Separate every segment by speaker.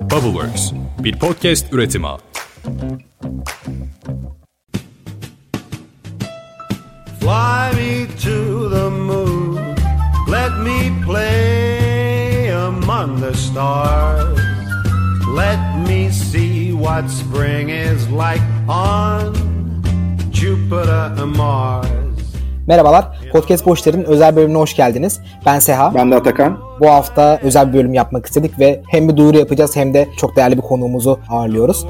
Speaker 1: Bubbleworks, bir podcast üretimi.
Speaker 2: Fly me to the moon, let me play among the stars. Let me see what spring is like on Jupiter and Mars.
Speaker 3: Merhabalar, Podcast Boşlar'ın özel bölümüne hoş geldiniz. Ben Seha.
Speaker 4: Ben de Atakan.
Speaker 3: Bu hafta özel bir bölüm yapmak istedik ve hem bir duyuru yapacağız hem de çok değerli bir konuğumuzu ağırlıyoruz.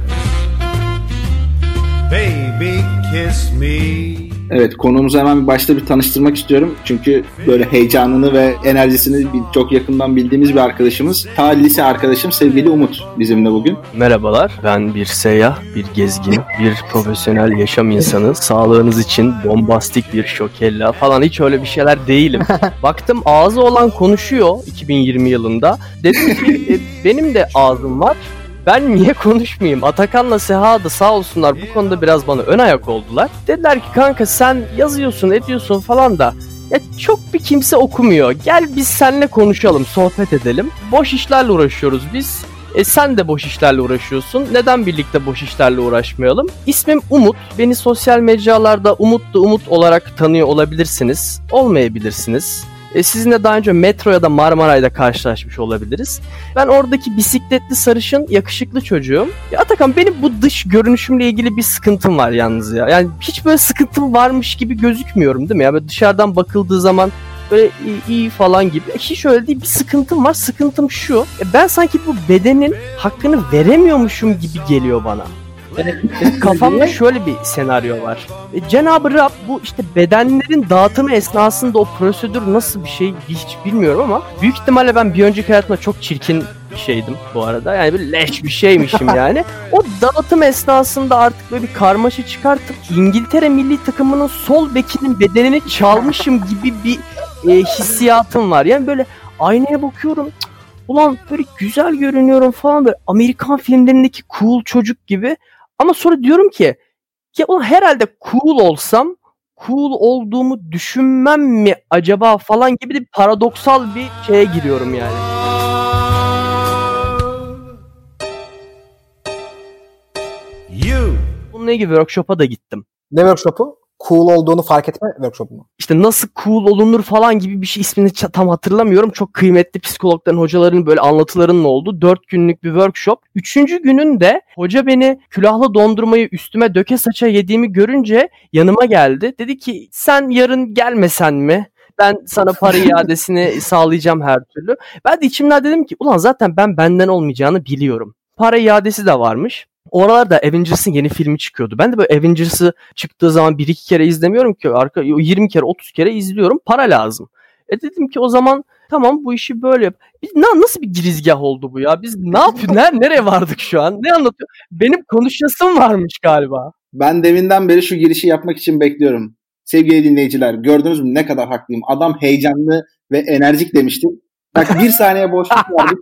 Speaker 2: Baby kiss me.
Speaker 4: Evet, konuğumuzu hemen başta bir tanıştırmak istiyorum. Çünkü böyle heyecanını ve enerjisini çok yakından bildiğimiz bir arkadaşımız. Ta lise arkadaşım sevgili Umut bizimle bugün.
Speaker 5: Merhabalar, ben bir seyyah, bir gezgin, bir profesyonel yaşam insanı. Sağlığınız için bombastik bir şokella falan hiç öyle bir şeyler değilim. Baktım ağzı olan konuşuyor 2020 yılında. Dedim ki benim de ağzım var. Ben niye konuşmayayım? Atakan'la Seha da sağ olsunlar bu konuda biraz bana ön ayak oldular. Dediler ki kanka sen yazıyorsun ediyorsun falan da ya çok bir kimse okumuyor. Gel biz seninle konuşalım, sohbet edelim. Boş işlerle uğraşıyoruz biz. Sen de boş işlerle uğraşıyorsun. Neden birlikte boş işlerle uğraşmayalım? İsmim Umut. Beni sosyal mecralarda Umut olarak tanıyor olabilirsiniz. Olmayabilirsiniz. Sizinle daha önce metro ya da Marmaray'da karşılaşmış olabiliriz. Ben oradaki bisikletli sarışın yakışıklı çocuğum. Ya Atakan benim bu dış görünüşümle ilgili bir sıkıntım var yalnız ya. Yani hiç böyle sıkıntım varmış gibi gözükmüyorum değil mi? Ya böyle dışarıdan bakıldığı zaman böyle iyi falan gibi. Hiç öyle değil, bir sıkıntım var. Sıkıntım şu. Ben sanki bu bedenin hakkını veremiyormuşum gibi geliyor bana. Kafamda şöyle bir senaryo var. Cenab-ı Rab bu işte bedenlerin dağıtımı esnasında o prosedür nasıl bir şey hiç bilmiyorum ama büyük ihtimalle ben bir önceki hayatımda çok çirkin bir şeydim bu arada. Yani böyle leş bir şeymişim yani. O dağıtım esnasında artık böyle bir karmaşa çıkartıp İngiltere milli takımının sol bekinin bedenini çalmışım gibi bir hissiyatım var. Yani böyle aynaya bakıyorum. Ulan böyle güzel görünüyorum falan, böyle Amerikan filmlerindeki cool çocuk gibi. Ama sonra diyorum ki ya ulan herhalde cool olsam cool olduğumu düşünmem mi acaba falan gibi de bir paradoksal bir şeye giriyorum yani. Bununla ilgili workshop'a da gittim.
Speaker 3: Ne workshopu? Cool olduğunu fark etme workshopu mu?
Speaker 5: İşte nasıl cool olunur falan gibi bir şey, ismini tam hatırlamıyorum. Çok kıymetli psikologların, hocaların böyle anlatılarının olduğu 4 günlük bir workshop. 3. gününde hoca beni külahlı dondurmayı üstüme döke saça yediğimi görünce yanıma geldi. Dedi ki sen yarın gelmesen mi? Ben sana para iadesini sağlayacağım her türlü. Ben de içimden dedim ki ulan zaten ben benden olmayacağını biliyorum. Para iadesi de varmış. Oralarda Avengers'ın yeni filmi çıkıyordu. Ben de böyle Avengers'ı çıktığı zaman 1-2 kere izlemiyorum ki. 20 kere 30 kere izliyorum. Para lazım. Dedim ki o zaman tamam bu işi böyle yap. Nasıl bir girizgah oldu bu ya? Biz ne yapıyoruz? Nereye vardık şu an? Ne anlatıyor? Benim konuşasım varmış galiba.
Speaker 4: Ben deminden beri şu girişi yapmak için bekliyorum. Sevgili dinleyiciler, gördünüz mü ne kadar haklıyım? Adam heyecanlı ve enerjik demiştim. Bak bir saniye boşluk verdik.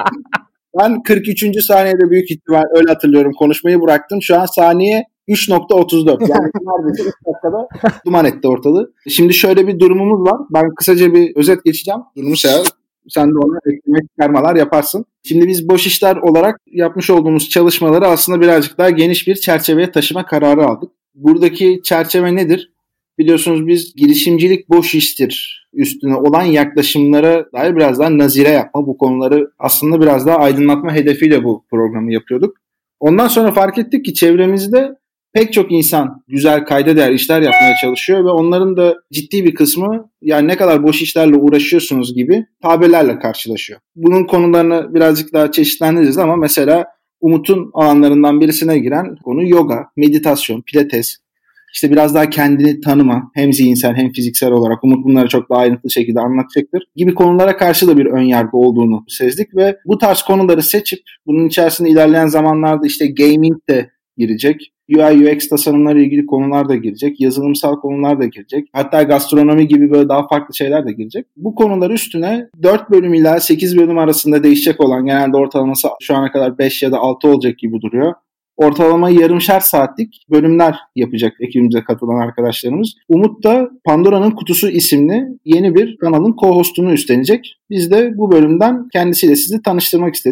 Speaker 4: Ben 43. saniyede büyük ihtimal öyle hatırlıyorum konuşmayı bıraktım. Şu an saniye 3.34. Yani neredeyse 3 dakikada duman etti ortalığı. Şimdi şöyle bir durumumuz var. Ben kısaca bir özet geçeceğim. Durumu sen de ona ekleme çıkarmalar yaparsın. Şimdi biz boş işler olarak yapmış olduğumuz çalışmaları aslında birazcık daha geniş bir çerçeveye taşıma kararı aldık. Buradaki çerçeve nedir? Biliyorsunuz biz girişimcilik boş iştir üstüne olan yaklaşımlara dair biraz daha nazire yapma, bu konuları aslında biraz daha aydınlatma hedefiyle bu programı yapıyorduk. Ondan sonra fark ettik ki çevremizde pek çok insan güzel, kayda değer işler yapmaya çalışıyor ve onların da ciddi bir kısmı yani ne kadar boş işlerle uğraşıyorsunuz gibi tabirlerle karşılaşıyor. Bunun konularını birazcık daha çeşitlendiririz ama mesela Umut'un alanlarından birisine giren konu yoga, meditasyon, pilates. İşte biraz daha kendini tanıma, hem zihinsel hem fiziksel olarak, Umut bunları çok daha ayrıntılı şekilde anlatacaktır, gibi konulara karşı da bir ön yargı olduğunu sezdik ve bu tarz konuları seçip bunun içerisinde ilerleyen zamanlarda işte gaming de girecek, UI UX tasarımları ilgili konular da girecek, yazılımsal konular da girecek, hatta gastronomi gibi böyle daha farklı şeyler de girecek. Bu konular üstüne 4 bölüm ila 8 bölüm arasında değişecek olan, genelde ortalaması şu ana kadar 5 ya da 6 olacak gibi duruyor. Ortalama yarımşar saatlik bölümler yapacak ekibimize katılan arkadaşlarımız. Umut da Pandora'nın Kutusu isimli yeni bir kanalın co-hostunu üstlenecek. Biz de bu bölümden kendisiyle sizi tanıştırmak istedik.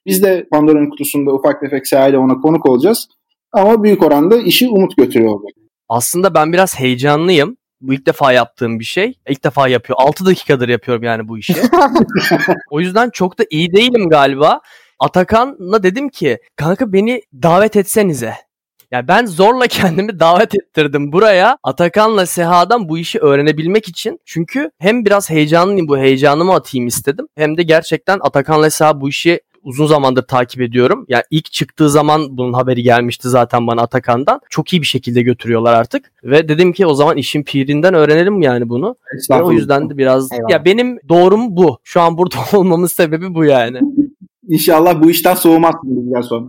Speaker 4: Biz de Pandora'nın kutusunda ufak tefek seyahatle ona konuk olacağız. Ama büyük oranda işi Umut götürüyor olacak.
Speaker 5: Aslında ben biraz heyecanlıyım. Bu ilk defa yaptığım bir şey. İlk defa yapıyor. 6 dakikadır yapıyorum yani bu işi. O yüzden çok da iyi değilim galiba. Atakan'la dedim ki kanka beni davet etsenize. Yani ben zorla kendimi davet ettirdim buraya. Atakan'la Seha'dan bu işi öğrenebilmek için. Çünkü hem biraz heyecanlıyım, bu heyecanımı atayım istedim. Hem de gerçekten Atakan'la Seha bu işi uzun zamandır takip ediyorum. Yani ilk çıktığı zaman bunun haberi gelmişti zaten bana Atakan'dan. Çok iyi bir şekilde götürüyorlar artık. Ve dedim ki o zaman işin pirinden öğrenelim yani bunu. Ve o yüzden de biraz...
Speaker 3: Eyvallah.
Speaker 5: Ya benim doğrum bu. Şu an burada olmamın sebebi bu yani.
Speaker 4: İnşallah bu işten soğumazsınız bizden sonra.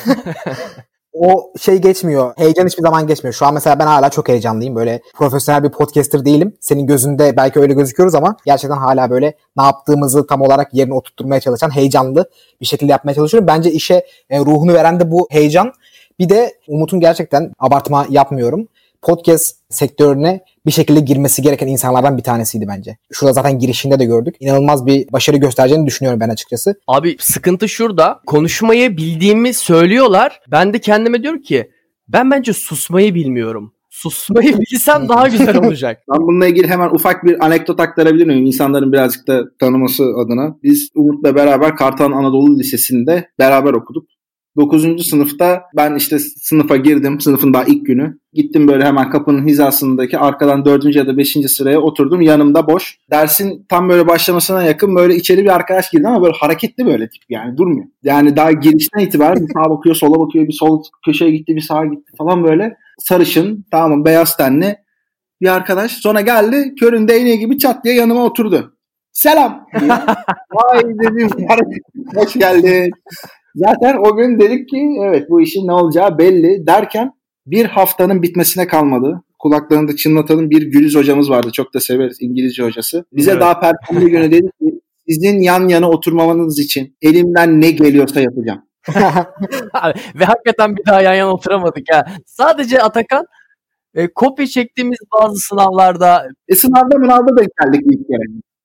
Speaker 3: O şey geçmiyor. Heyecan hiçbir zaman geçmiyor. Şu an mesela ben hala çok heyecanlıyım. Böyle profesyonel bir podcaster değilim. Senin gözünde belki öyle gözüküyoruz ama gerçekten hala böyle ne yaptığımızı tam olarak yerine oturtturmaya çalışan, heyecanlı bir şekilde yapmaya çalışıyorum. Bence işe ruhunu veren de bu heyecan. Bir de Umut'un gerçekten, abartma yapmıyorum, podcast sektörüne bir şekilde girmesi gereken insanlardan bir tanesiydi bence. Şurada zaten girişinde de gördük. İnanılmaz bir başarı göstereceğini düşünüyorum ben açıkçası.
Speaker 5: Abi sıkıntı şurada. Konuşmayı bildiğimi söylüyorlar. Ben de kendime diyorum ki ben bence susmayı bilmiyorum. Susmayı bilsem daha güzel olacak.
Speaker 4: Ben bununla ilgili hemen ufak bir anekdot aktarabilir miyim? İnsanların birazcık da tanıması adına. Biz Umut'la beraber Kartal Anadolu Lisesi'nde beraber okuduk. 9. sınıfta ben işte sınıfa girdim. Sınıfın daha ilk günü. Gittim böyle hemen kapının hizasındaki arkadan 4. ya da 5. sıraya oturdum. Yanımda boş. Dersin tam böyle başlamasına yakın böyle içeri bir arkadaş girdi ama böyle hareketli böyle tip yani durmuyor. Yani daha girişten itibaren bir sağa bakıyor, sola bakıyor, bir sol köşeye gitti, bir sağa gitti falan böyle. Sarışın, tamam, beyaz tenli bir arkadaş. Sonra geldi, körün değneği gibi çat diye yanıma oturdu. Selam. Vay dedim. Hoş geldin. Zaten o gün dedik ki evet bu işin ne olacağı belli derken bir haftanın bitmesine kalmadı. Kulaklarını da çınlatalım. Bir Güliz hocamız vardı. Çok da severiz, İngilizce hocası. Bize daha Perşembe günü dedi ki sizin yan yana oturmamanız için elimden ne geliyorsa yapacağım.
Speaker 5: Ve hakikaten bir daha yan yana oturamadık ha. Sadece Atakan kopya çektiğimiz bazı sınavlarda
Speaker 4: Sınavda denk geldik ilk kere.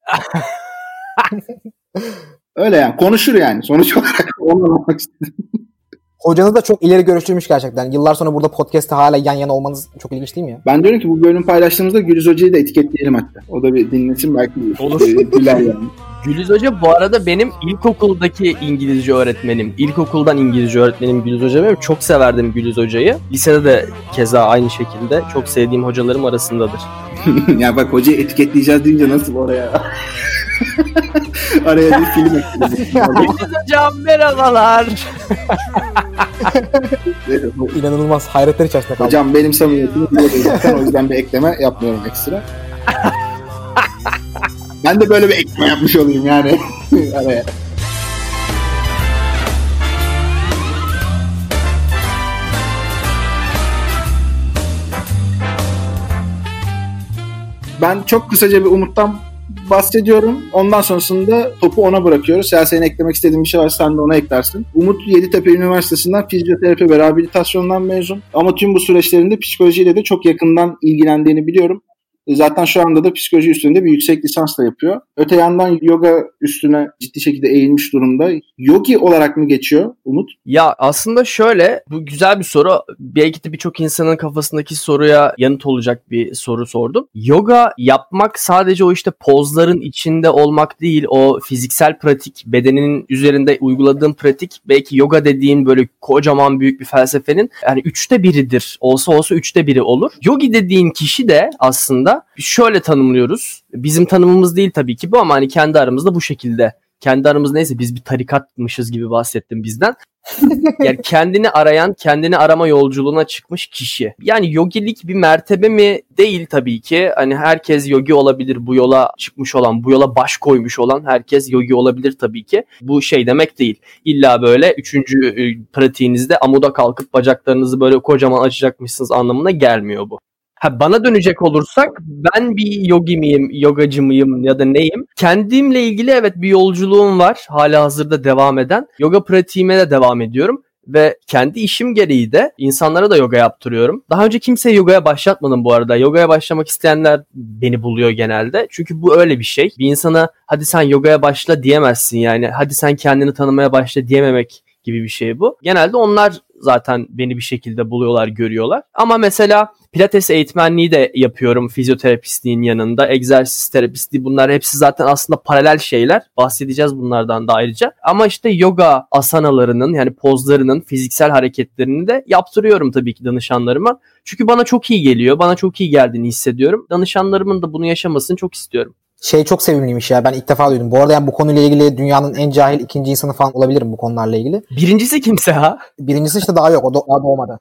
Speaker 4: Öyle yani. Konuşur yani. Sonuç olarak onu anlamak istedim.
Speaker 3: Hocanız da çok ileri görüşlüymüş gerçekten. Yıllar sonra burada podcast'te hala yan yana olmanız çok ilginç değil mi ya?
Speaker 4: Ben diyorum ki bu bölüm paylaştığımızda Güliz Hoca'yı da etiketleyelim hatta. O da bir dinlesin belki.
Speaker 5: Olur.
Speaker 4: Güler yani.
Speaker 5: Güliz Hoca bu arada benim ilkokuldaki İngilizce öğretmenim. İlkokuldan İngilizce öğretmenim Güliz Hoca benim. Çok severdim Güliz Hoca'yı. Lisede de keza aynı şekilde çok sevdiğim hocalarım arasındadır.
Speaker 4: Ya bak hocayı etiketleyeceğiz deyince nasıl oraya? Araya bir film ekledim.
Speaker 5: Güliz Hocam merhabalar.
Speaker 3: İnanılmaz hayretler içerisinde kaldım.
Speaker 4: Hocam benim samimiyetimi biliyorsunuz zaten, o yüzden bir ekleme yapmıyorum ekstra. Ben de böyle bir ekleme yapmış olayım yani araya. Ben çok kısaca bir Umut'tan bahsediyorum. Ondan sonrasında topu ona bırakıyoruz. Ya senin eklemek istediğin bir şey varsa sen de ona eklersin. Umut Yeditepe Üniversitesi'nden fizyoterapi ve rehabilitasyondan mezun. Ama tüm bu süreçlerinde psikolojiyle de çok yakından ilgilendiğini biliyorum. Zaten şu anda da psikoloji üstünde bir yüksek lisans da yapıyor. Öte yandan yoga üstüne ciddi şekilde eğilmiş durumda. Yogi olarak mı geçiyor Umut?
Speaker 5: Ya aslında şöyle, bu güzel bir soru. Belki de birçok insanın kafasındaki soruya yanıt olacak bir soru sordum. Yoga yapmak sadece o işte pozların içinde olmak değil, o fiziksel pratik, bedeninin üzerinde uyguladığın pratik, belki yoga dediğin böyle kocaman büyük bir felsefenin yani 1/3'idir. Olsa 1/3 olur. Yogi dediğin kişi de aslında şöyle tanımlıyoruz. Bizim tanımımız değil tabii ki bu ama hani kendi aramızda bu şekilde. Kendi aramız neyse biz bir tarikatmışız gibi bahsettim bizden. Yani kendini arayan, kendini arama yolculuğuna çıkmış kişi. Yani yogilik bir mertebe mi? Değil tabii ki. Hani herkes yogi olabilir. Bu yola çıkmış olan, bu yola baş koymuş olan herkes yogi olabilir tabii ki. Bu şey demek değil. İlla böyle 3. pratiğinizde amuda kalkıp bacaklarınızı böyle kocaman açacakmışsınız anlamına gelmiyor bu. Bana dönecek olursak ben bir yogi miyim, yogacı mıyım ya da neyim? Kendimle ilgili evet bir yolculuğum var. Halihazırda devam eden. Yoga pratiğime de devam ediyorum. ve kendi işim gereği de insanlara da yoga yaptırıyorum. Daha önce kimseyi yogaya başlatmadım bu arada. Yogaya başlamak isteyenler beni buluyor genelde. Çünkü bu öyle bir şey. Bir insana hadi sen yogaya başla diyemezsin yani. Hadi sen kendini tanımaya başla diyememek gibi bir şey bu. Genelde onlar zaten beni bir şekilde buluyorlar, görüyorlar. Ama mesela pilates eğitmenliği de yapıyorum fizyoterapistliğin yanında. Egzersiz terapistliği, bunlar hepsi zaten aslında paralel şeyler. Bahsedeceğiz bunlardan da ayrıca. Ama işte yoga asanalarının, yani pozlarının, fiziksel hareketlerini de yaptırıyorum tabii ki danışanlarıma. Çünkü bana çok iyi geliyor. Bana çok iyi geldiğini hissediyorum. Danışanlarımın da bunu yaşamasını çok istiyorum.
Speaker 3: Çok sevimliymiş ya. Ben ilk defa duydum. Bu arada yani bu konuyla ilgili dünyanın en cahil ikinci insanı falan olabilirim bu konularla ilgili.
Speaker 5: Birincisi kimse ha?
Speaker 3: Birincisi işte daha yok. O daha doğmadı.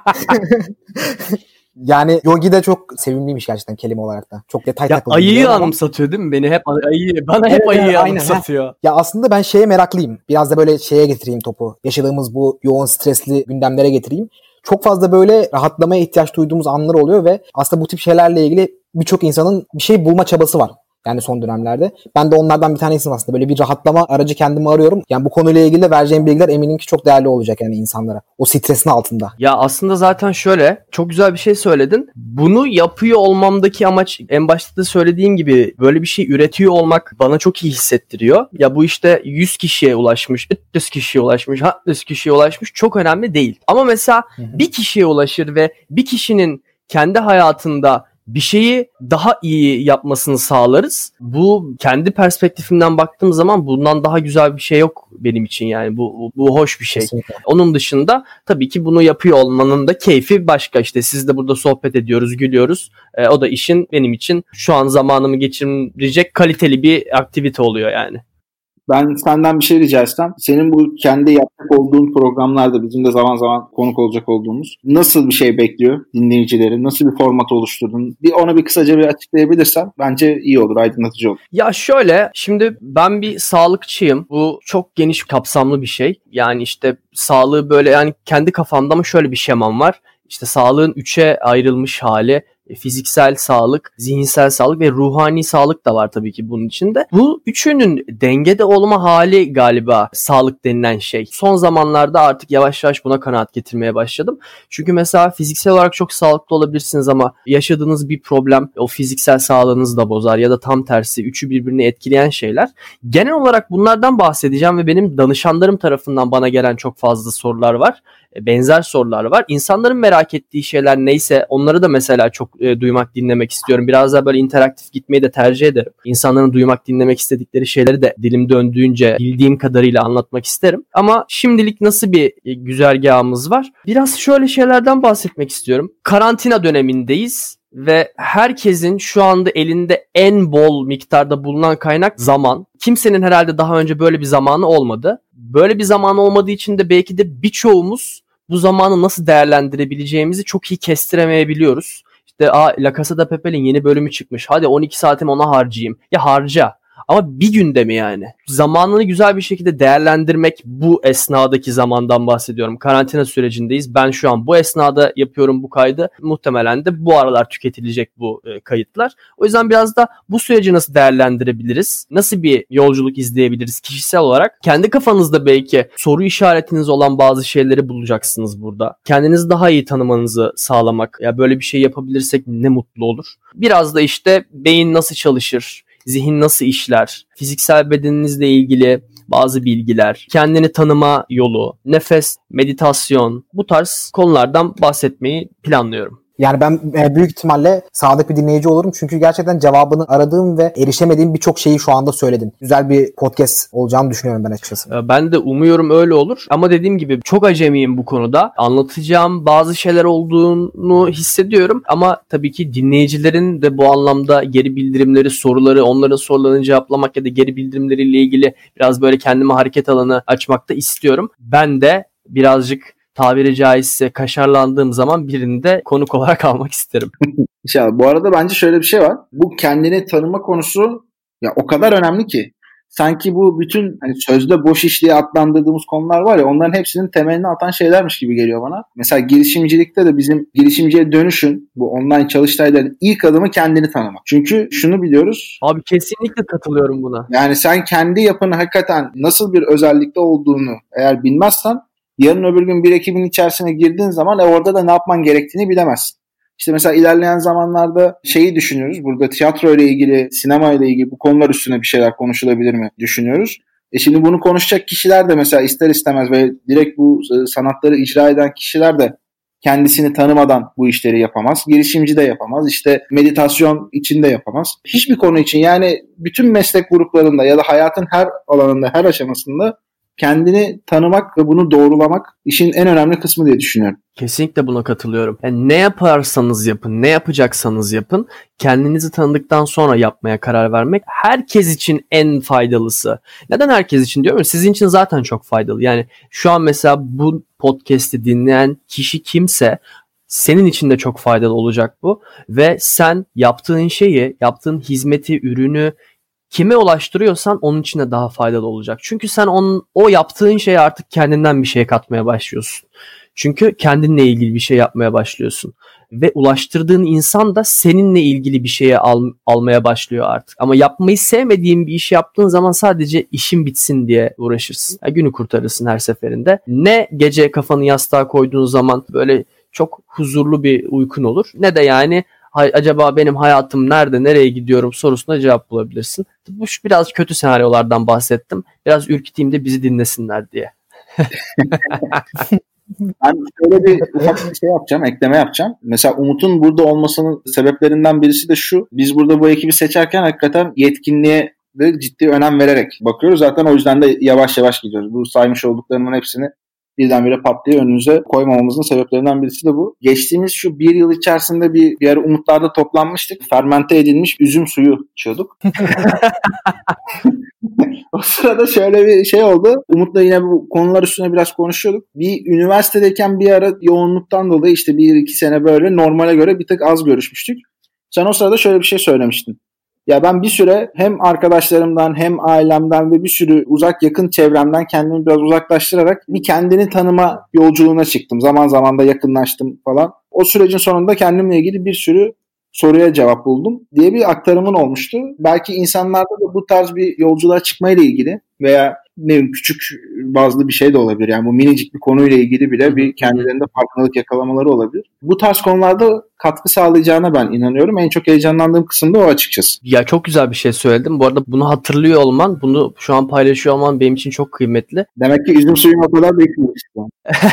Speaker 3: Yani yogi de çok sevimliymiş gerçekten kelime olarak da. Çok detay takıldı.
Speaker 5: Ayıyı anımsatıyor değil mi? Beni hep ayıyı, bana hep ayıyı anımsatıyor.
Speaker 3: Ya aslında ben şeye meraklıyım. Biraz da böyle şeye getireyim topu. Yaşadığımız bu yoğun stresli gündemlere getireyim. Çok fazla böyle rahatlamaya ihtiyaç duyduğumuz anlar oluyor ve aslında bu tip şeylerle ilgili birçok insanın bir şey bulma çabası var. Yani son dönemlerde. Ben de onlardan bir tanesiyim aslında. Böyle bir rahatlama aracı kendimi arıyorum. Yani bu konuyla ilgili de vereceğim bilgiler eminim ki çok değerli olacak yani insanlara. O stresin altında.
Speaker 5: Ya aslında zaten şöyle, çok güzel bir şey söyledin. Bunu yapıyor olmamdaki amaç, en başta da söylediğim gibi, böyle bir şey üretiyor olmak bana çok iyi hissettiriyor. Ya bu işte 100 kişiye ulaşmış, 300 kişiye ulaşmış, 400 kişiye ulaşmış çok önemli değil. Ama mesela bir kişiye ulaşır ve bir kişinin kendi hayatında bir şeyi daha iyi yapmasını sağlarız. Bu kendi perspektifimden baktığım zaman bundan daha güzel bir şey yok benim için yani. Bu hoş bir şey.
Speaker 3: Kesinlikle.
Speaker 5: Onun dışında tabii ki bunu yapıyor olmanın da keyfi başka. İşte siz de burada sohbet ediyoruz, gülüyoruz. O da işin benim için şu an zamanımı geçirecek kaliteli bir aktivite oluyor yani.
Speaker 4: Ben senden bir şey rica etsem. Senin bu kendi yapacak olduğun programlarda bizim de zaman zaman konuk olacak olduğumuz nasıl bir şey bekliyor dinleyicileri? Nasıl bir format oluşturdun? Ona bir kısaca bir açıklayabilirsen bence iyi olur, aydınlatıcı olur.
Speaker 5: Ya şöyle, şimdi ben bir sağlıkçıyım. Bu çok geniş kapsamlı bir şey. Yani işte sağlığı böyle, yani kendi kafamda mı şöyle bir şemam var. İşte sağlığın 3'e ayrılmış hali. Fiziksel sağlık, zihinsel sağlık ve ruhani sağlık da var tabii ki bunun içinde. Bu üçünün dengede olma hali galiba sağlık denilen şey. Son zamanlarda artık yavaş yavaş buna kanaat getirmeye başladım. Çünkü mesela fiziksel olarak çok sağlıklı olabilirsiniz ama yaşadığınız bir problem o fiziksel sağlığınızı da bozar ya da tam tersi, üçü birbirini etkileyen şeyler. Genel olarak bunlardan bahsedeceğim ve benim danışanlarım tarafından bana gelen çok fazla sorular var. Benzer sorular var. İnsanların merak ettiği şeyler neyse onları da mesela çok duymak, dinlemek istiyorum. Biraz daha böyle interaktif gitmeyi de tercih ederim. İnsanların duymak, dinlemek istedikleri şeyleri de dilim döndüğünce bildiğim kadarıyla anlatmak isterim. Ama şimdilik nasıl bir güzergahımız var? Biraz şöyle şeylerden bahsetmek istiyorum. Karantina dönemindeyiz ve herkesin şu anda elinde en bol miktarda bulunan kaynak zaman. Kimsenin herhalde daha önce böyle bir zamanı olmadı. Böyle bir zaman olmadığı için de belki de birçoğumuz bu zamanı nasıl değerlendirebileceğimizi çok iyi kestiremeyebiliyoruz. İşte La Casa de Papel'in yeni bölümü çıkmış. Hadi 12 saatimi ona harcayayım. Ya harca. Ama bir günde mi yani? Zamanını güzel bir şekilde değerlendirmek, bu esnadaki zamandan bahsediyorum. Karantina sürecindeyiz. Ben şu an bu esnada yapıyorum bu kaydı. Muhtemelen de bu aralar tüketilecek bu kayıtlar. O yüzden biraz da bu süreci nasıl değerlendirebiliriz? Nasıl bir yolculuk izleyebiliriz kişisel olarak? Kendi kafanızda belki soru işaretiniz olan bazı şeyleri bulacaksınız burada. Kendinizi daha iyi tanımanızı sağlamak. Ya böyle bir şey yapabilirsek ne mutlu olur. Biraz da işte beyin nasıl çalışır? Zihin nasıl işler, fiziksel bedeninizle ilgili bazı bilgiler, kendini tanıma yolu, nefes, meditasyon, bu tarz konulardan bahsetmeyi planlıyorum.
Speaker 3: Yani ben büyük ihtimalle sadık bir dinleyici olurum. Çünkü gerçekten cevabını aradığım ve erişemediğim birçok şeyi şu anda söyledin. Güzel bir podcast olacağını düşünüyorum ben açıkçası.
Speaker 5: Ben de umuyorum öyle olur. Ama dediğim gibi çok acemiyim bu konuda. Anlatacağım bazı şeyler olduğunu hissediyorum. Ama tabii ki dinleyicilerin de bu anlamda geri bildirimleri, soruları, onların sorularını cevaplamak ya da geri bildirimleriyle ilgili biraz böyle kendime hareket alanı açmak da istiyorum. Ben de birazcık tabiri caizse kaşarlandığım zaman birini de konuk olarak almak isterim.
Speaker 4: İnşallah. Bu arada bence şöyle bir şey var. Bu kendini tanıma konusu ya o kadar önemli ki. Sanki bu bütün hani sözde boş iş diye adlandırdığımız konular var ya, onların hepsinin temelini atan şeylermiş gibi geliyor bana. Mesela girişimcilikte de bizim girişimciye dönüşün, bu online çalıştayların ilk adımı kendini tanımak. Çünkü şunu biliyoruz.
Speaker 5: Abi kesinlikle katılıyorum buna.
Speaker 4: Yani sen kendi yapını hakikaten nasıl bir özellikte olduğunu eğer bilmezsen Yarın öbür gün bir ekibin içerisine girdiğin zaman orada da ne yapman gerektiğini bilemezsin. İşte mesela ilerleyen zamanlarda şeyi düşünüyoruz. Burada tiyatro ile ilgili, sinema ile ilgili bu konular üstüne bir şeyler konuşulabilir mi düşünüyoruz. Şimdi bunu konuşacak kişiler de mesela ister istemez ve direkt bu sanatları icra eden kişiler de kendisini tanımadan bu işleri yapamaz. Girişimci de yapamaz. İşte meditasyon için de yapamaz. Hiçbir konu için, yani bütün meslek gruplarında ya da hayatın her alanında, her aşamasında kendini tanımak ve bunu doğrulamak işin en önemli kısmı diye düşünüyorum.
Speaker 5: Kesinlikle buna katılıyorum. Yani ne yaparsanız yapın, ne yapacaksanız yapın, kendinizi tanıdıktan sonra yapmaya karar vermek herkes için en faydalısı. Neden herkes için diyorum? Sizin için zaten çok faydalı. Yani şu an mesela bu podcast'i dinleyen kişi kimse senin için de çok faydalı olacak bu. Ve sen yaptığın şeyi, yaptığın hizmeti, ürünü kime ulaştırıyorsan onun için de daha faydalı olacak. Çünkü sen o yaptığın şeye artık kendinden bir şey katmaya başlıyorsun. Çünkü kendinle ilgili bir şey yapmaya başlıyorsun. Ve ulaştırdığın insan da seninle ilgili bir şeye almaya başlıyor artık. Ama yapmayı sevmediğin bir işi yaptığın zaman sadece işin bitsin diye uğraşırsın. Günü kurtarırsın her seferinde. Ne gece kafanı yastığa koyduğun zaman böyle çok huzurlu bir uykun olur. Ne de yani acaba benim hayatım nerede, nereye gidiyorum sorusuna cevap bulabilirsin. Bu biraz kötü senaryolardan bahsettim. Biraz ürküteyim de bizi dinlesinler diye.
Speaker 4: Ben şöyle bir ufak bir şey yapacağım, ekleme yapacağım. Mesela Umut'un burada olmasının sebeplerinden birisi de şu. Biz burada bu ekibi seçerken hakikaten yetkinliğe de ciddi önem vererek bakıyoruz. Zaten o yüzden de yavaş yavaş gidiyoruz. Bu saymış olduklarımın hepsini birdenbire pat diye önünüze koymamamızın sebeplerinden birisi de bu. Geçtiğimiz şu bir yıl içerisinde bir ara Umutlar'da toplanmıştık. Fermente edilmiş üzüm suyu içiyorduk. O sırada şöyle bir şey oldu. Umut'la yine bu konular üstüne biraz konuşuyorduk. Bir üniversitedeyken bir ara yoğunluktan dolayı işte 1-2 sene böyle normale göre bir tık az görüşmüştük. Sen o sırada şöyle bir şey söylemiştin. Ya ben bir süre hem arkadaşlarımdan hem ailemden ve bir sürü uzak yakın çevremden kendimi biraz uzaklaştırarak bir kendini tanıma yolculuğuna çıktım. Zaman zaman da yakınlaştım falan. O sürecin sonunda kendimle ilgili bir sürü soruya cevap buldum diye bir aktarımın olmuştu. Belki insanlarda da bu tarz bir yolculuğa çıkmayla ilgili veya ne bileyim küçük bazlı bir şey de olabilir. Yani bu minicik bir konuyla ilgili bile bir kendilerinde farkındalık yakalamaları olabilir. Bu tarz konularda katkı sağlayacağına ben inanıyorum. En çok heyecanlandığım kısım da o açıkçası.
Speaker 5: Ya çok güzel bir şey söyledim. Bu arada bunu hatırlıyor olman, bunu şu an paylaşıyor olman benim için çok kıymetli.
Speaker 4: Demek ki üzüm suyum o kadar bekliyorsun.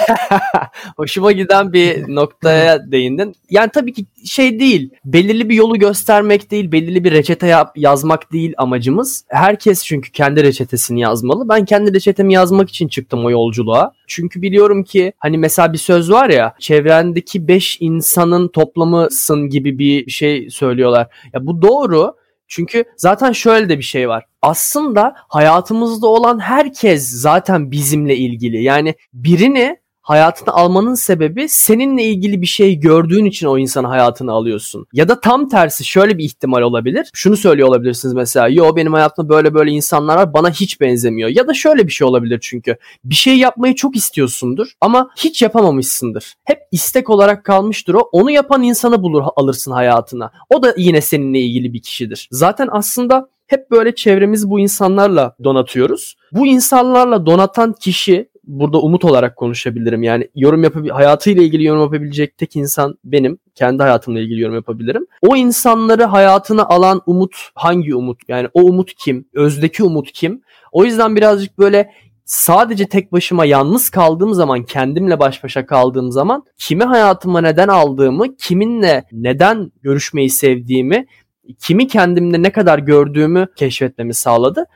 Speaker 5: Hoşuma giden bir noktaya değindin. Yani tabii ki şey değil, belirli bir yolu göstermek değil, belirli bir reçete yazmak değil amacımız. Herkes çünkü kendi reçetesini yazmalı. Ben kendi reçetemi yazmak için çıktım o yolculuğa. Çünkü biliyorum ki hani mesela bir söz var ya, çevrendeki 5 insanın toplamısın gibi bir şey söylüyorlar. Ya bu doğru. Çünkü zaten şöyle de bir şey var. Aslında hayatımızda olan herkes zaten bizimle ilgili. Yani birini hayatına almanın sebebi seninle ilgili bir şey gördüğün için o insanı hayatına alıyorsun. Ya da tam tersi şöyle bir ihtimal olabilir. Şunu söylüyor olabilirsiniz mesela. Yo benim hayatımda böyle böyle insanlar var, bana hiç benzemiyor. Ya da şöyle bir şey olabilir çünkü. Bir şey yapmayı çok istiyorsundur ama hiç yapamamışsındır. Hep istek olarak kalmıştır o. Onu yapan insanı alırsın hayatına. O da yine seninle ilgili bir kişidir. Zaten aslında hep böyle çevremizi bu insanlarla donatıyoruz. Bu insanlarla donatan kişi, burada Umut olarak konuşabilirim. Yani hayatıyla ilgili yorum yapabilecek tek insan benim. Kendi hayatımla ilgili yorum yapabilirim. O insanları hayatına alan Umut hangi Umut? Yani o Umut kim? Özdeki Umut kim? O yüzden birazcık böyle sadece tek başıma yalnız kaldığım zaman, kendimle baş başa kaldığım zaman kimi hayatıma neden aldığımı, kiminle neden görüşmeyi sevdiğimi, kimi kendimde ne kadar gördüğümü keşfetmemi sağladı.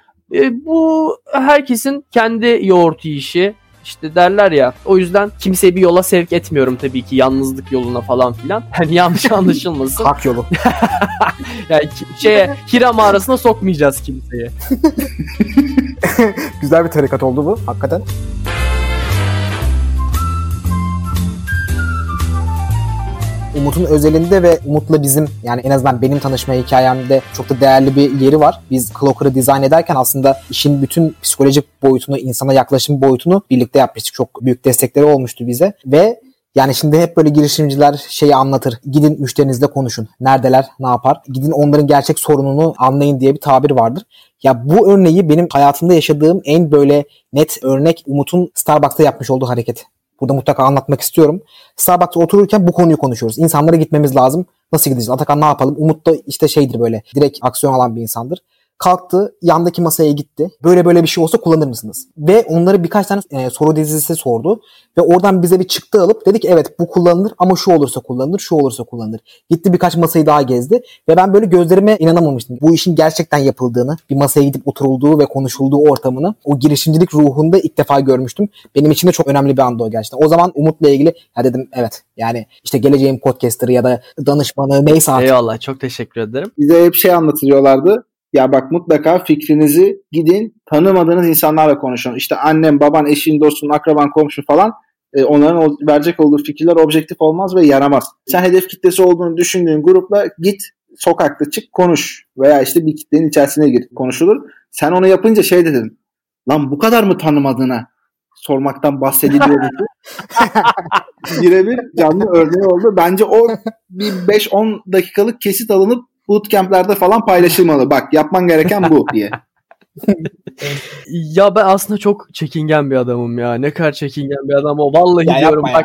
Speaker 5: Bu herkesin kendi yoğurt yiyişi işte derler ya. O yüzden kimseyi bir yola sevk etmiyorum tabii ki, yalnızlık yoluna falan filan. Yani yanlış anlaşılmasın.
Speaker 3: Hak yolu.
Speaker 5: Yani Hira mağarasına sokmayacağız kimseyi.
Speaker 3: Güzel bir tarikat oldu bu hakikaten. Umut'un özelinde ve Umut'la bizim, yani en azından benim tanışma hikayemde çok da değerli bir yeri var. Biz Clocker'ı dizayn ederken aslında işin bütün psikolojik boyutunu, insana yaklaşım boyutunu birlikte yapmıştık. Çok büyük destekleri olmuştu bize ve yani şimdi hep böyle girişimciler şeyi anlatır. Gidin müşterinizle konuşun. Neredeler, ne yapar? Gidin onların gerçek sorununu anlayın diye bir tabir vardır. Ya bu örneği benim hayatımda yaşadığım en böyle net örnek Umut'un Starbucks'ta yapmış olduğu hareket. Burada mutlaka anlatmak istiyorum. Starbucks'ta otururken bu konuyu konuşuyoruz. İnsanlara gitmemiz lazım. Nasıl gideceğiz? Atakan ne yapalım? Umut da işte şeydir böyle. Direkt aksiyon alan bir insandır. Kalktı, yandaki masaya gitti. Böyle bir şey olsa kullanır mısınız? Ve onları birkaç tane soru dizisi sordu. Ve oradan bize bir çıktı alıp dedi ki evet bu kullanılır ama şu olursa kullanılır, şu olursa kullanılır. Gitti birkaç masayı daha gezdi. Ve ben böyle gözlerime inanamamıştım. Bu işin gerçekten yapıldığını, bir masaya gidip oturulduğu ve konuşulduğu ortamını, o girişimcilik ruhunda ilk defa görmüştüm. Benim için de çok önemli bir andı o gerçekten. O zaman Umut'la ilgili ya dedim evet yani işte geleceğin podcaster'ı ya da danışmanı neyse artık.
Speaker 5: Eyvallah, çok teşekkür ederim.
Speaker 4: Bize hep şey anlatıyorlardı. Ya bak mutlaka fikrinizi gidin tanımadığınız insanlarla konuşun. İşte annem, baban, eşin, dostun, akraban, komşun falan onların verecek olduğu fikirler objektif olmaz ve yaramaz. Sen hedef kitlesi olduğunu düşündüğün grupla git sokakta çık konuş veya işte bir kitlenin içerisine gir konuşulur. Sen onu yapınca şey dedin. Lan bu kadar mı tanımadığına sormaktan bahsediliyor. Birebir canlı örneği oldu. Bence o bir 5-10 dakikalık kesit alınıp bootcamp'lerde falan paylaşılmalı. Bak yapman gereken bu diye.
Speaker 5: Ya ben aslında çok çekingen bir adamım ya. Ne kadar çekingen bir adam o. Vallahi
Speaker 3: Ya
Speaker 5: diyorum bak.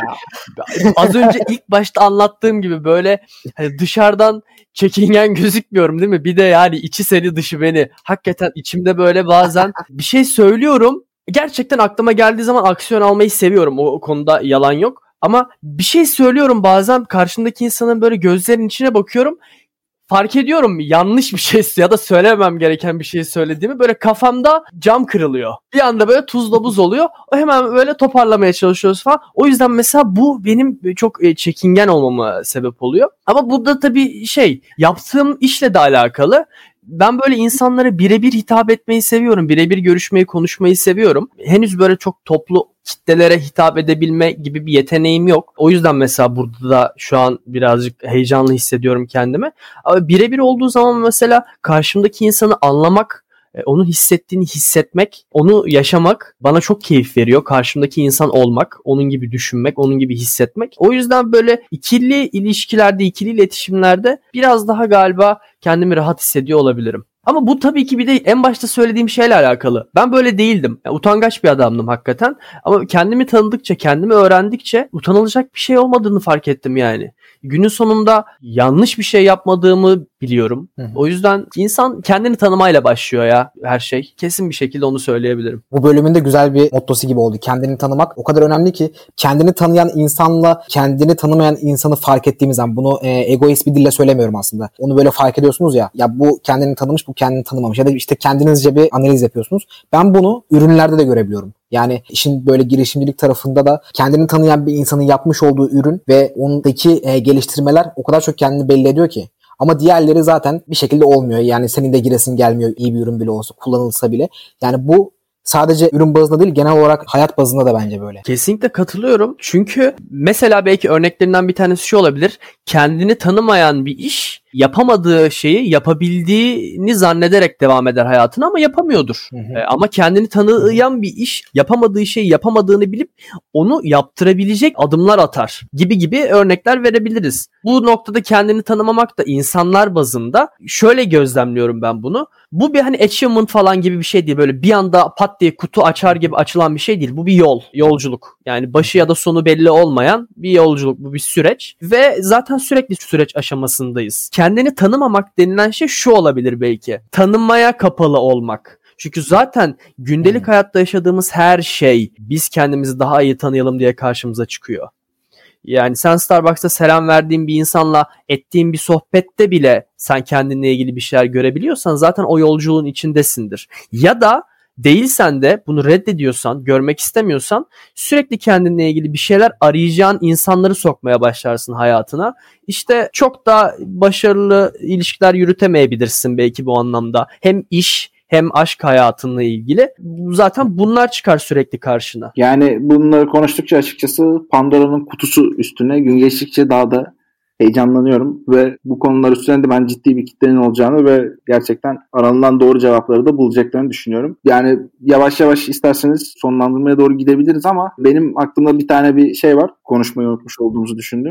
Speaker 5: Az önce ilk başta anlattığım gibi böyle hani dışarıdan çekingen gözükmüyorum değil mi? Bir de yani içi seni dışı beni. Hakikaten içimde böyle bazen bir şey söylüyorum. Gerçekten aklıma geldiği zaman aksiyon almayı seviyorum. O konuda yalan yok. Ama bir şey söylüyorum bazen karşımdaki insanın böyle gözlerinin içine bakıyorum. Fark ediyorum yanlış bir şey ya da söylemem gereken bir şey söylediğimi, böyle kafamda cam kırılıyor. Bir anda böyle tuzla buz oluyor. O hemen böyle toparlamaya çalışıyoruz falan. O yüzden mesela bu benim çok çekingen olmama sebep oluyor. Ama burada tabii yaptığım işle de alakalı. Ben böyle insanlara birebir hitap etmeyi seviyorum. Birebir görüşmeyi, konuşmayı seviyorum. Henüz böyle çok toplu kitlelere hitap edebilme gibi bir yeteneğim yok. O yüzden mesela burada da şu an birazcık heyecanlı hissediyorum kendimi. Ama birebir olduğu zaman mesela karşımdaki insanı anlamak, onun hissettiğini hissetmek, onu yaşamak bana çok keyif veriyor. Karşımdaki insan olmak, onun gibi düşünmek, onun gibi hissetmek. O yüzden böyle ikili ilişkilerde, ikili iletişimlerde biraz daha galiba kendimi rahat hissediyor olabilirim. Ama bu tabii ki bir de en başta söylediğim şeyle alakalı. Ben böyle değildim. Yani utangaç bir adamdım hakikaten. Ama kendimi tanıdıkça, kendimi öğrendikçe utanılacak bir şey olmadığını fark ettim yani. Günün sonunda yanlış bir şey yapmadığımı biliyorum. O yüzden insan kendini tanımayla başlıyor ya her şey. Kesin bir şekilde onu söyleyebilirim.
Speaker 3: Bu bölümün de güzel bir mottosu gibi oldu. Kendini tanımak o kadar önemli ki kendini tanıyan insanla kendini tanımayan insanı fark ettiğimiz zaman, bunu egoist bir dille söylemiyorum aslında. Onu böyle fark ediyorsunuz ya bu kendini tanımış, bu kendini tanımamış ya da işte kendinizce bir analiz yapıyorsunuz. Ben bunu ürünlerde de görebiliyorum. Yani işin böyle girişimcilik tarafında da kendini tanıyan bir insanın yapmış olduğu ürün ve ondaki geliştirmeler o kadar çok kendini belli ediyor ki. Ama diğerleri zaten bir şekilde olmuyor. Yani senin de giresin gelmiyor iyi bir ürün bile olsa, kullanılsa bile. Yani bu sadece ürün bazında değil, genel olarak hayat bazında da bence böyle.
Speaker 5: Kesinlikle katılıyorum. Çünkü mesela belki örneklerinden bir tanesi şu olabilir. Kendini tanımayan bir iş yapamadığı şeyi yapabildiğini zannederek devam eder hayatına ama yapamıyordur. Ama kendini tanıyan bir iş yapamadığı şeyi yapamadığını bilip onu yaptırabilecek adımlar atar gibi örnekler verebiliriz. Bu noktada kendini tanımamak da insanlar bazında şöyle gözlemliyorum ben bunu. Bu bir hani achievement falan gibi bir şey değil. Böyle bir anda pat diye kutu açar gibi açılan bir şey değil. Bu bir yolculuk. Yani başı ya da sonu belli olmayan bir yolculuk. Bu bir süreç ve zaten sürekli süreç aşamasındayız. Kendini tanımamak denilen şey şu olabilir belki. Tanınmaya kapalı olmak. Çünkü zaten gündelik hayatta yaşadığımız her şey biz kendimizi daha iyi tanıyalım diye karşımıza çıkıyor. Yani sen Starbucks'ta selam verdiğin bir insanla ettiğin bir sohbette bile sen kendinle ilgili bir şeyler görebiliyorsan zaten o yolculuğun içindesindir. Ya da değilsen de bunu reddediyorsan, görmek istemiyorsan sürekli kendinle ilgili bir şeyler arayacağın insanları sokmaya başlarsın hayatına. İşte çok da başarılı ilişkiler yürütemeyebilirsin belki bu anlamda. Hem iş hem aşk hayatınla ilgili. Zaten bunlar çıkar sürekli karşına.
Speaker 4: Yani bunları konuştukça açıkçası Pandora'nın kutusu üstüne gün geçtikçe daha da heyecanlanıyorum ve bu konular üstüne de ben ciddi bir kitlenin olacağını ve gerçekten aranılan doğru cevapları da bulacaklarını düşünüyorum. Yani yavaş yavaş isterseniz sonlandırmaya doğru gidebiliriz ama benim aklımda bir tane bir şey var. Konuşmayı unutmuş olduğumuzu düşündüğüm.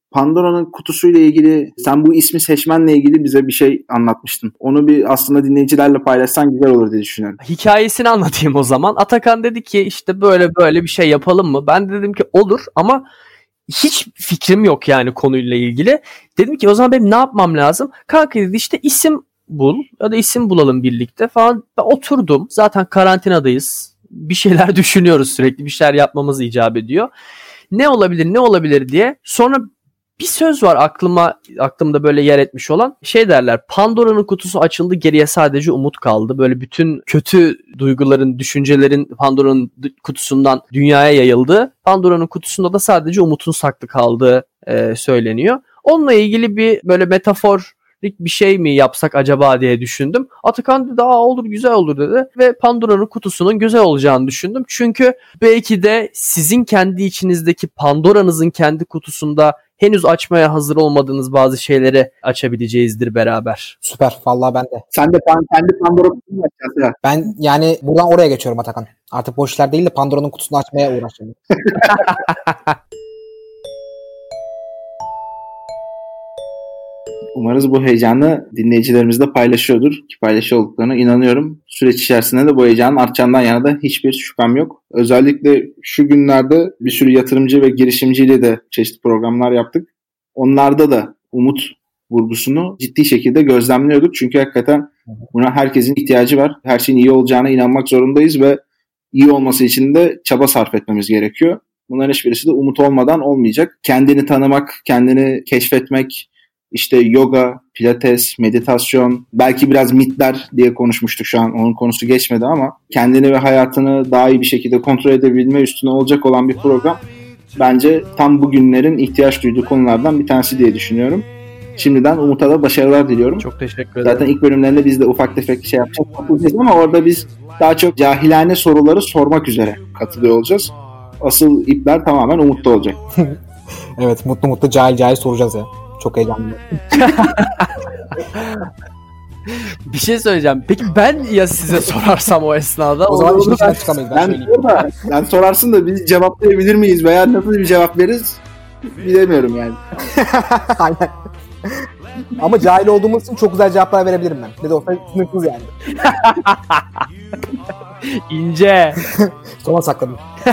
Speaker 4: Pandora'nın kutusuyla ilgili, sen bu ismi seçmenle ilgili bize bir şey anlatmıştın. Onu bir aslında dinleyicilerle paylaşsan güzel olur diye düşünüyorum.
Speaker 5: Hikayesini anlatayım o zaman. Atakan dedi ki işte böyle bir şey yapalım mı? Ben dedim ki olur ama hiç fikrim yok yani konuyla ilgili. Dedim ki o zaman benim ne yapmam lazım? Kanka dedi işte isim bul ya da isim bulalım birlikte falan. Ben oturdum. Zaten karantinadayız. Bir şeyler düşünüyoruz sürekli. Bir şeyler yapmamız icap ediyor. Ne olabilir diye. Sonra bir söz var aklımda böyle yer etmiş olan. Şey derler, Pandora'nın kutusu açıldı, geriye sadece umut kaldı. Böyle bütün kötü duyguların, düşüncelerin Pandora'nın kutusundan dünyaya yayıldı. Pandora'nın kutusunda da sadece umutun saklı kaldığı söyleniyor. Onunla ilgili bir böyle metaforik bir şey mi yapsak acaba diye düşündüm. Atakan dedi olur, güzel olur dedi. Ve Pandora'nın kutusunun güzel olacağını düşündüm. Çünkü belki de sizin kendi içinizdeki Pandora'nızın kendi kutusunda henüz açmaya hazır olmadığınız bazı şeyleri açabileceğizdir beraber.
Speaker 3: Süper. Vallahi ben de.
Speaker 4: Sen de kendi Pandora kutusunu açacaksın ya.
Speaker 3: Ben yani buradan oraya geçiyorum Atakan. Artık boş işler değil de Pandora'nın kutusunu açmaya uğraşıyorum.
Speaker 4: Umarız bu heyecanı dinleyicilerimizle paylaşıyordur. Ki paylaşıyor olduklarına inanıyorum. Süreç içerisinde de bu heyecanın artacağından yana da hiçbir şüphem yok. Özellikle şu günlerde bir sürü yatırımcı ve girişimciyle de çeşitli programlar yaptık. Onlarda da umut vurgusunu ciddi şekilde gözlemliyorduk. Çünkü hakikaten buna herkesin ihtiyacı var. Her şeyin iyi olacağına inanmak zorundayız ve iyi olması için de çaba sarf etmemiz gerekiyor. Bunların hiçbirisi de umut olmadan olmayacak. Kendini tanımak, kendini keşfetmek, İşte yoga, pilates, meditasyon, belki biraz mitler diye konuşmuştuk, şu an onun konusu geçmedi ama kendini ve hayatını daha iyi bir şekilde kontrol edebilme üstüne olacak olan bir program. Bence tam bugünlerin ihtiyaç duyduğu konulardan bir tanesi diye düşünüyorum. Şimdiden Umut'a da başarılar diliyorum.
Speaker 5: Çok teşekkür ederim.
Speaker 4: Zaten ilk bölümlerinde biz de ufak tefek şey yapacağız ama orada biz daha çok cahilane soruları sormak üzere katılıyor olacağız. Asıl ipler tamamen Umut'ta olacak.
Speaker 3: Evet, mutlu cahil soracağız ya. Çok heyecanlı.
Speaker 5: Bir şey söyleyeceğim. Peki ben ya size sorarsam o esnada?
Speaker 3: O zaman işin içinden çıkamayız.
Speaker 4: Ben sorarsın da biz cevaplayabilir miyiz veya nasıl bir cevap veririz bilemiyorum yani.
Speaker 3: Aynen. Ama cahil olduğumuz için çok güzel cevaplar verebilirim ben. Ne de olsa sınırsız yani.
Speaker 5: İnce.
Speaker 3: Sona sakladım.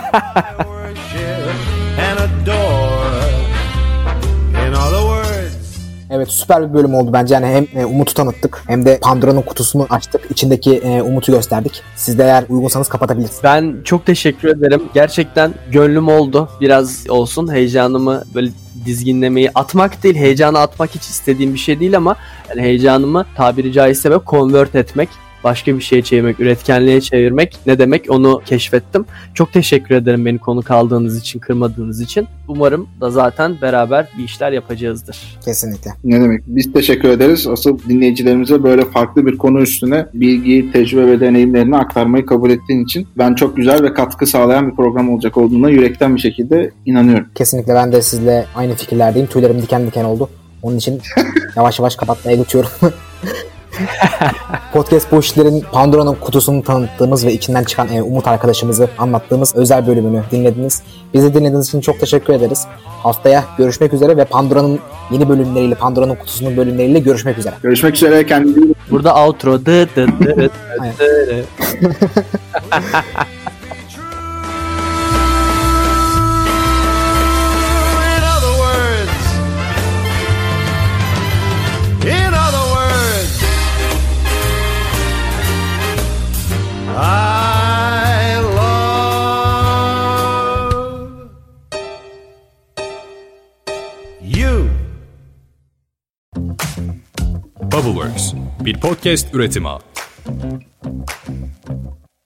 Speaker 3: Evet, süper bir bölüm oldu bence. Yani hem Umut'u tanıttık hem de Pandora'nın kutusunu açtık. İçindeki Umut'u gösterdik. Siz de eğer uygunsanız kapatabilirsiniz.
Speaker 5: Ben çok teşekkür ederim. Gerçekten gönlüm oldu. Biraz olsun heyecanımı böyle dizginlemeyi, atmak değil, heyecanı atmak hiç istediğim bir şey değil ama yani heyecanımı tabiri caizse böyle convert etmek, başka bir şeye çevirmek, üretkenliğe çevirmek ne demek onu keşfettim. Çok teşekkür ederim beni konuk aldığınız için, kırmadığınız için. Umarım da zaten beraber bir işler yapacağızdır.
Speaker 3: Kesinlikle.
Speaker 4: Ne demek? Biz teşekkür ederiz. Asıl dinleyicilerimize böyle farklı bir konu üstüne bilgi, tecrübe ve deneyimlerini aktarmayı kabul ettiğin için ben çok güzel ve katkı sağlayan bir program olacak olduğuna yürekten bir şekilde inanıyorum.
Speaker 3: Kesinlikle ben de sizle aynı fikirlerdeyim. Tüylerim diken diken oldu. Onun için yavaş yavaş kapatmaya geçiyorum. Podcast bu işlerin Pandora'nın kutusunu tanıttığımız ve içinden çıkan Umut arkadaşımızı anlattığımız özel bölümünü dinlediniz. Bizi dinlediğiniz için çok teşekkür ederiz. Haftaya görüşmek üzere ve Pandora'nın yeni bölümleriyle, Pandora'nın kutusunun bölümleriyle görüşmek üzere.
Speaker 4: Görüşmek üzere, kendinize iyi bakın.
Speaker 5: Burada outro.
Speaker 2: I love you.
Speaker 1: Bubbleworks bir podcast üretimi.